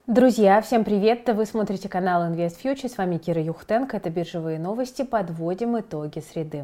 Друзья, всем привет! Вы смотрите канал InvestFuture, с вами Кира Юхтенко. Это биржевые новости, подводим итоги среды.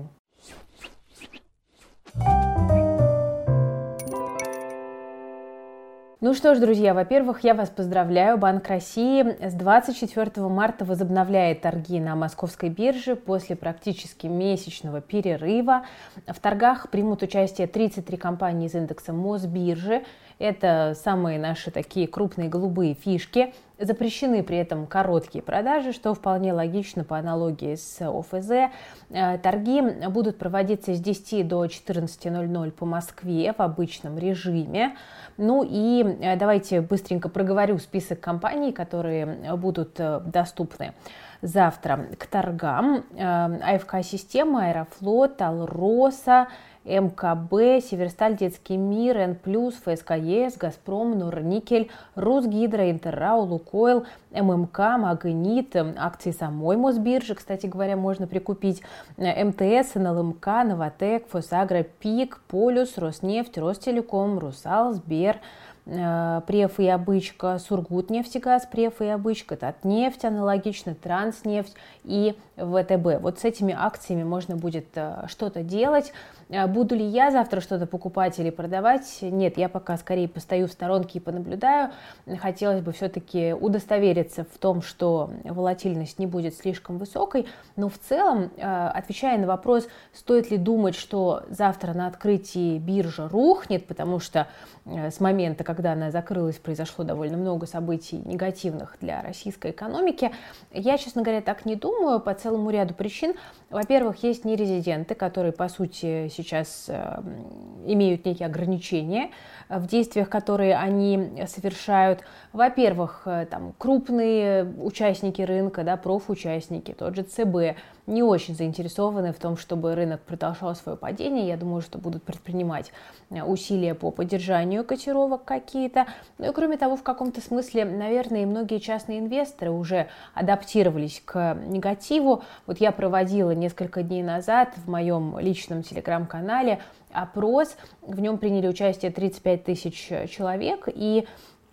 Ну что ж, друзья, во-первых, я вас поздравляю. Банк России с 24 марта возобновляет торги на московской бирже после практически месячного перерыва. В торгах примут участие 33 компании из индекса Мосбиржи. Это самые наши такие крупные голубые фишки. Запрещены при этом короткие продажи, что вполне логично по аналогии с ОФЗ. Торги будут проводиться с 10 до 14:00 по Москве в обычном режиме. Ну и давайте быстренько проговорю список компаний, которые будут доступны завтра к торгам. АФК-система, Аэрофлот, Алроса, МКБ, Северсталь, Детский мир, Н+, ФСК-ЕС, Газпром, Норникель, Русгидро, Интеррау, Лукойл, ММК, Магнит, акции самой Мосбиржи, кстати говоря, можно прикупить, МТС, НЛМК, Новатэк, Фосагро, ПИК, Полюс, Роснефть, Ростелеком, Русал, Сбер, Преф и Обычка, Сургутнефтегаз, Преф и Обычка, Татнефть, аналогично, Транснефть и ВТБ. Вот с этими акциями можно будет что-то делать. Буду ли я завтра что-то покупать или продавать? Нет, я пока скорее постою в сторонке и понаблюдаю. Хотелось бы все-таки удостовериться в том, что волатильность не будет слишком высокой. Но в целом, отвечая на вопрос, стоит ли думать, что завтра на открытии биржа рухнет, потому что с момента, когда она закрылась, произошло довольно много событий негативных для российской экономики, я, честно говоря, так не думаю по целому ряду причин. Во-первых, есть нерезиденты, которые, по сути, сейчас имеют некие ограничения в действиях, которые они совершают. Во-первых, там крупные участники рынка, да, профучастники, тот же ЦБ, не очень заинтересованы в том, чтобы рынок продолжал свое падение. Я думаю, что будут предпринимать усилия по поддержанию котировок какие-то. Ну и кроме того, в каком-то смысле, наверное, и многие частные инвесторы уже адаптировались к негативу. Вот я проводила несколько дней назад в моем личном телеграм-канале опрос. В нем приняли участие 35 тысяч человек, и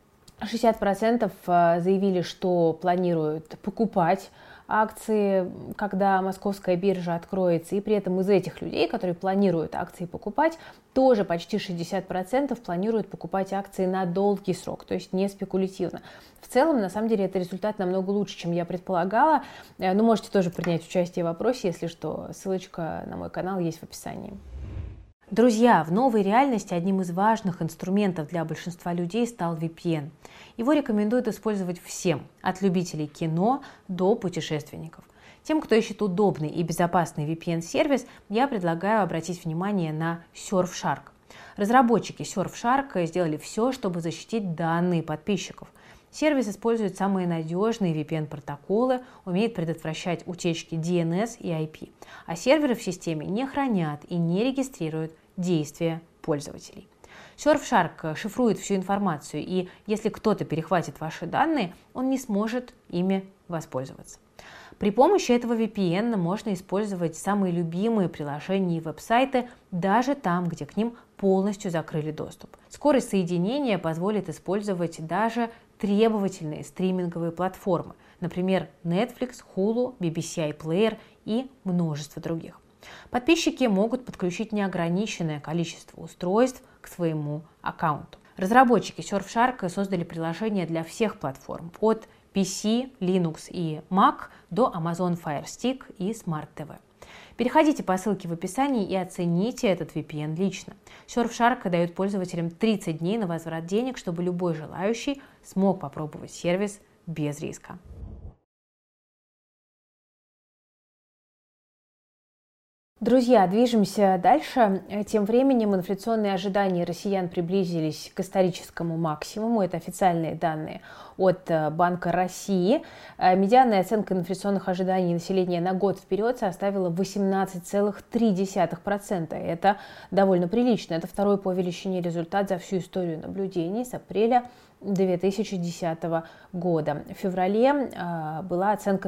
60% заявили, что планируют покупать акции, когда московская биржа откроется, и при этом из этих людей, которые планируют акции покупать, тоже почти 60% планируют покупать акции на долгий срок, то есть не спекулятивно. В целом, на самом деле, это результат намного лучше, чем я предполагала. Ну, можете тоже принять участие в опросе, если что, ссылочка на мой канал есть в описании. Друзья, в новой реальности одним из важных инструментов для большинства людей стал VPN. Его рекомендуют использовать всем, от любителей кино до путешественников. Тем, кто ищет удобный и безопасный VPN-сервис, я предлагаю обратить внимание на Surfshark. Разработчики Surfshark сделали все, чтобы защитить данные подписчиков. Сервис использует самые надежные VPN-протоколы, умеет предотвращать утечки DNS и IP, а серверы в системе не хранят и не регистрируют действия пользователей. Surfshark шифрует всю информацию, и если кто-то перехватит ваши данные, он не сможет ими воспользоваться. При помощи этого VPN можно использовать самые любимые приложения и веб-сайты даже там, где к ним полностью закрыли доступ. Скорость соединения позволит использовать даже требовательные стриминговые платформы, например, Netflix, Hulu, BBC iPlayer и множество других. Подписчики могут подключить неограниченное количество устройств к своему аккаунту. Разработчики Surfshark создали приложение для всех платформ, от PC, Linux и Mac до Amazon Fire Stick и Smart TV. Переходите по ссылке в описании и оцените этот VPN лично. Surfshark дает пользователям 30 дней на возврат денег, чтобы любой желающий смог попробовать сервис без риска. Друзья, движемся дальше. Тем временем инфляционные ожидания россиян приблизились к историческому максимуму. Это официальные данные от Банка России. Медианная оценка инфляционных ожиданий населения на год вперед составила 18,3%. Это довольно прилично. Это второй по величине результат за всю историю наблюдений с апреля 2010 года. В феврале была оценка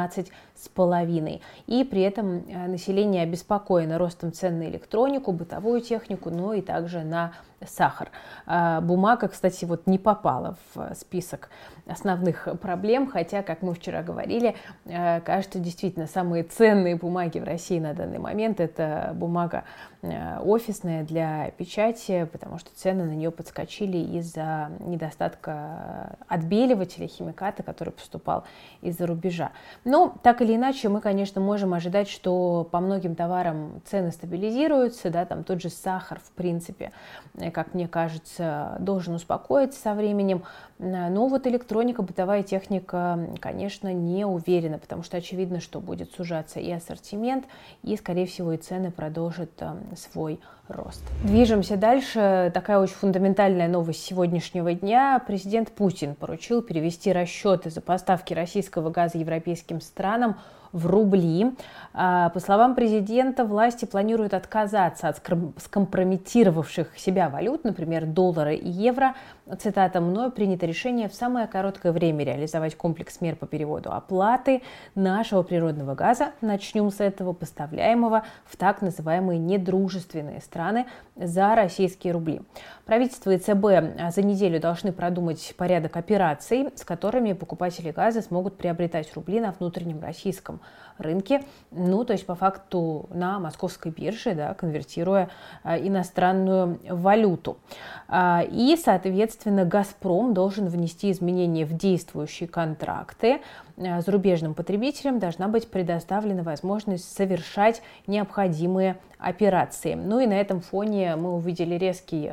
13,5. И при этом население обеспокоено ростом цен на электронику, бытовую технику, но и также на сахар. Бумага, кстати, вот не попала в список основных проблем, хотя, как мы вчера говорили, кажется, действительно, самые ценные бумаги в России на данный момент – это бумага офисная для печати, потому что цены на нее подскочили из-за недостатка отбеливателя, химиката, который поступал из-за рубежа. Но так или иначе, мы, конечно, можем ожидать, что по многим товарам цены стабилизируются, да, там тот же сахар, в принципе, как мне кажется, должен успокоиться со временем. Но вот электроника, бытовая техника, конечно, не уверена, потому что очевидно, что будет сужаться и ассортимент, и, скорее всего, и цены продолжат свой рост. Движемся дальше. Такая очень фундаментальная новость сегодняшнего дня. Президент Путин поручил перевести расчеты за поставки российского газа европейским странам в рубли. По словам президента, власти планируют отказаться от скомпрометировавших себя валют, например, доллара и евро. Цитата: «Мною принято решение в самое короткое время реализовать комплекс мер по переводу оплаты нашего природного газа. Начнем с этого, поставляемого в так называемые недружественные страны за российские рубли». Правительство и ЦБ за неделю должны продумать порядок операций, с которыми покупатели газа смогут приобретать рубли на внутреннем российском рынке, ну, то есть по факту на московской бирже, да, конвертируя иностранную валюту. И, соответственно, «Газпром» должен внести изменения в действующие контракты. Зарубежным потребителям должна быть предоставлена возможность совершать необходимые операции. Ну и на этом фоне мы увидели резкий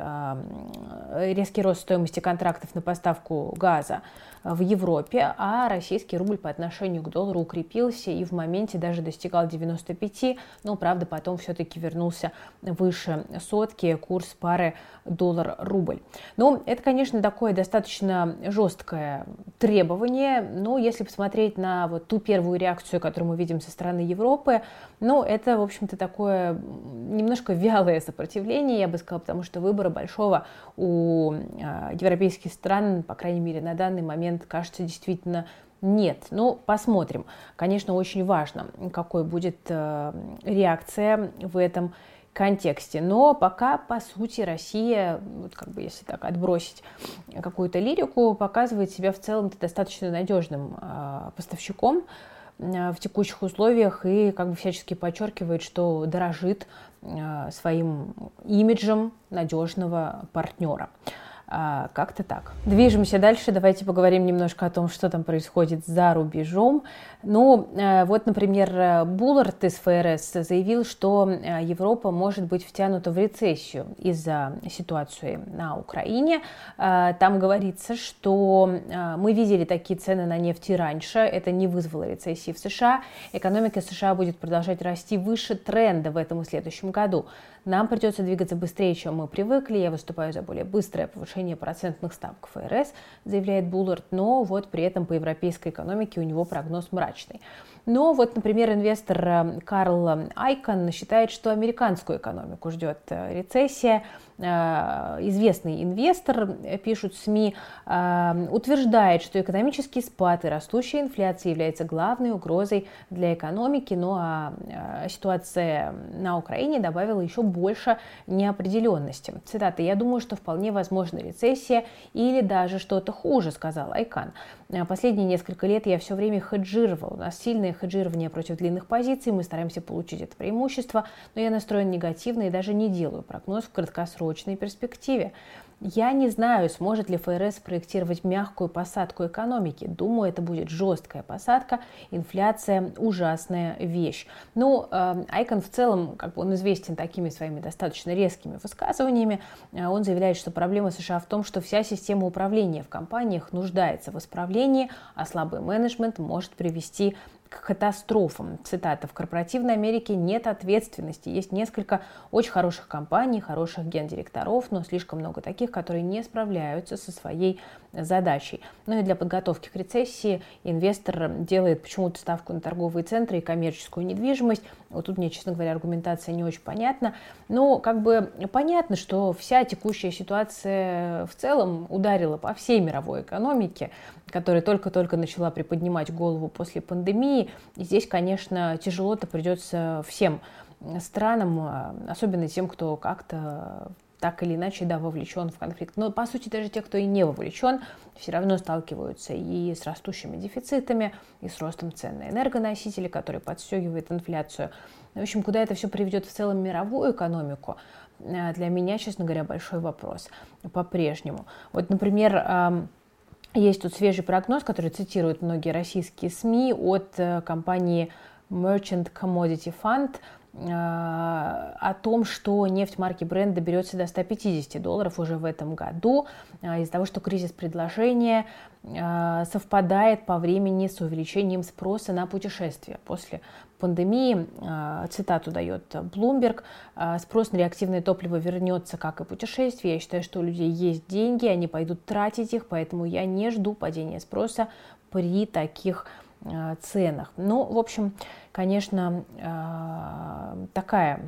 рост стоимости контрактов на поставку газа в Европе, а российский рубль по отношению к доллару укрепился и в моменте даже достигал 95, но, правда, потом все-таки вернулся выше сотки, курс пары доллар-рубль. Ну, это, конечно, такое достаточно жесткое требование, но если посмотреть на вот ту первую реакцию, которую мы видим со стороны Европы, ну, это, в общем-то, такое немножко вялое сопротивление, я бы сказала, потому что выбора большого у европейских стран, по крайней мере, на данный момент, кажется, действительно нет. Ну, посмотрим. Конечно, очень важно, какой будет реакция в этом контексте. Но пока, по сути, Россия, вот как бы если так отбросить какую-то лирику, показывает себя в целом достаточно надежным поставщиком в текущих условиях и как бы всячески подчеркивает, что дорожит своим имиджем надежного партнера. Как-то так. Движемся дальше. Давайте поговорим немножко о том, что там происходит за рубежом. Ну, вот, например, Буллард из ФРС заявил, что Европа может быть втянута в рецессию из-за ситуации на Украине. Там говорится, что мы видели такие цены на нефть и раньше. Это не вызвало рецессии в США. Экономика США будет продолжать расти выше тренда в этом и следующем году. Нам придется двигаться быстрее, чем мы привыкли. Я выступаю за более быстрое повышение процентных ставок ФРС, заявляет Буллард, но вот при этом по европейской экономике у него прогноз мрачный. Но вот, например, инвестор Карл Айкон считает, что американскую экономику ждет рецессия. Известный инвестор, пишут СМИ, утверждает, что экономический спад и растущая инфляция является главной угрозой для экономики, ну а ситуация на Украине добавила еще больше неопределенности. Цитата: «Я думаю, что вполне возможна рецессия или даже что-то хуже», сказал Айкон. «Последние несколько лет я все время хеджировал. У нас сильное хеджирование против длинных позиций, мы стараемся получить это преимущество, но я настроен негативно и даже не делаю прогноз в краткосрочной перспективе. Я не знаю, сможет ли ФРС проектировать мягкую посадку экономики. Думаю, это будет жесткая посадка. Инфляция – ужасная вещь». Ну, Айкон в целом, как бы он известен такими своими достаточно резкими высказываниями. Он заявляет, что проблема США в том, что вся система управления в компаниях нуждается в исправлении, а слабый менеджмент может привести к катастрофам. Цитата: «В корпоративной Америке нет ответственности. Есть несколько очень хороших компаний, хороших гендиректоров, но слишком много таких, которые не справляются со своей задачей». Ну и для подготовки к рецессии инвестор делает почему-то ставку на торговые центры и коммерческую недвижимость. Вот тут мне, честно говоря, аргументация не очень понятна. Но как бы понятно, что вся текущая ситуация в целом ударила по всей мировой экономике, которая только-только начала приподнимать голову после пандемии. И здесь, конечно, тяжело-то придется всем странам, особенно тем, кто как-то так или иначе, да, вовлечен в конфликт. Но, по сути, даже те, кто и не вовлечен, все равно сталкиваются и с растущими дефицитами, и с ростом цен на энергоносители, который подстегивает инфляцию. В общем, куда это все приведет в целом мировую экономику, для меня, честно говоря, большой вопрос по-прежнему. Вот, например, есть тут свежий прогноз, который цитируют многие российские СМИ от компании Merchant Commodity Fund, о том, что нефть марки Brent доберется до $150 уже в этом году, из-за того, что кризис предложения совпадает по времени с увеличением спроса на путешествия. После пандемии, цитату дает Bloomberg, спрос на реактивное топливо вернется, как и путешествия. Я считаю, что у людей есть деньги, они пойдут тратить их, поэтому я не жду падения спроса при таких ценах. Ну, в общем, конечно, такая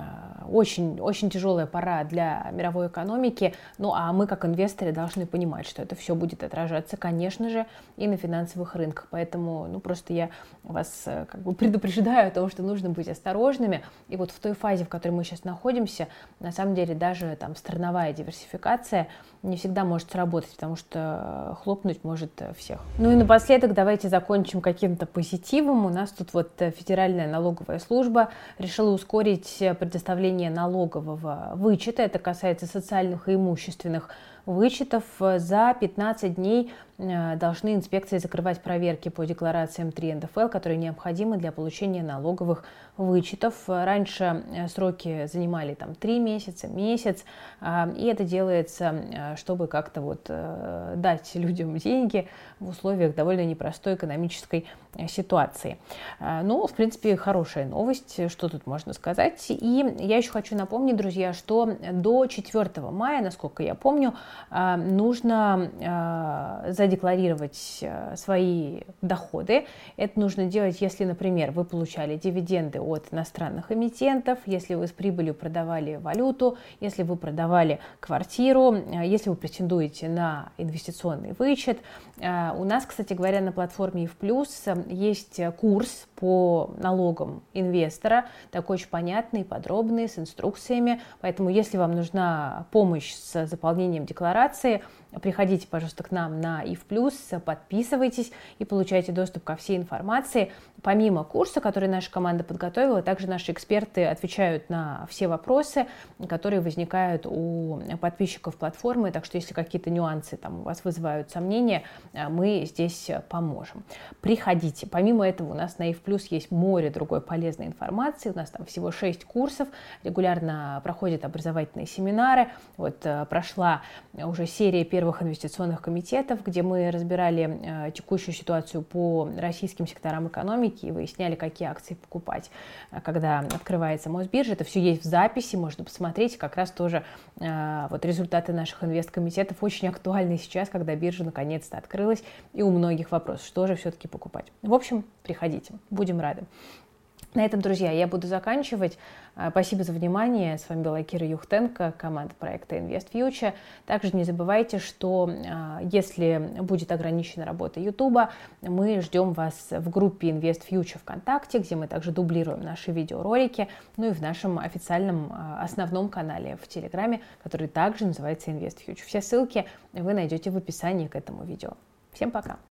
очень тяжелая пора для мировой экономики. Ну, а мы, как инвесторы, должны понимать, что это все будет отражаться, конечно же, и на финансовых рынках. Поэтому, ну, просто я вас как бы предупреждаю о том, что нужно быть осторожными. И вот в той фазе, в которой мы сейчас находимся, на самом деле даже там страновая диверсификация не всегда может сработать, потому что хлопнуть может всех. Ну и напоследок давайте закончим каким-то позитивом. У нас тут вот Федеральная налоговая служба решила ускорить предоставление налогового вычета. Это касается социальных и имущественных вычетов. За 15 дней должны инспекции закрывать проверки по декларациям 3 НДФЛ, которые необходимы для получения налоговых вычетов. Раньше сроки занимали там 3 месяца, месяц, и это делается, чтобы как-то вот дать людям деньги в условиях довольно непростой экономической ситуации. Ну, в принципе, хорошая новость, что тут можно сказать. И я еще хочу напомнить, друзья, что до 4 мая, насколько я помню, нужно задекларировать свои доходы. Это нужно делать, если, например, вы получали дивиденды от иностранных эмитентов, если вы с прибылью продавали валюту, если вы продавали квартиру, если вы претендуете на инвестиционный вычет. У нас, кстати говоря, на платформе ИФ+, есть курс по налогам инвестора, такой очень понятный, подробный, с инструкциями. Поэтому, если вам нужна помощь с заполнением декларации, приходите, пожалуйста, к нам на ИФ+, подписывайтесь и получайте доступ ко всей информации. Помимо курса, который наша команда подготовила, также наши эксперты отвечают на все вопросы, которые возникают у подписчиков платформы. Так что, если какие-то нюансы там у вас вызывают сомнения, мы здесь поможем. Приходите. Помимо этого, у нас на ИФ+ есть море другой полезной информации. У нас там всего 6 курсов. Регулярно проходят образовательные семинары. Вот прошла уже серия первых инвестиционных комитетов, где мы разбирали текущую ситуацию по российским секторам экономики и выясняли, какие акции покупать, когда открывается Мосбиржа. Это все есть в записи, можно посмотреть. Как раз тоже вот результаты наших инвесткомитетов очень актуальны сейчас, когда биржа наконец-то открылась, и у многих вопрос, что же все-таки покупать. В общем, приходите, будем рады. На этом, друзья, я буду заканчивать. Спасибо за внимание. С вами была Кира Юхтенко, команда проекта InvestFuture. Также не забывайте, что если будет ограничена работа YouTube, мы ждем вас в группе InvestFuture ВКонтакте, где мы также дублируем наши видеоролики, ну и в нашем официальном основном канале в Телеграме, который также называется InvestFuture. Все ссылки вы найдете в описании к этому видео. Всем пока!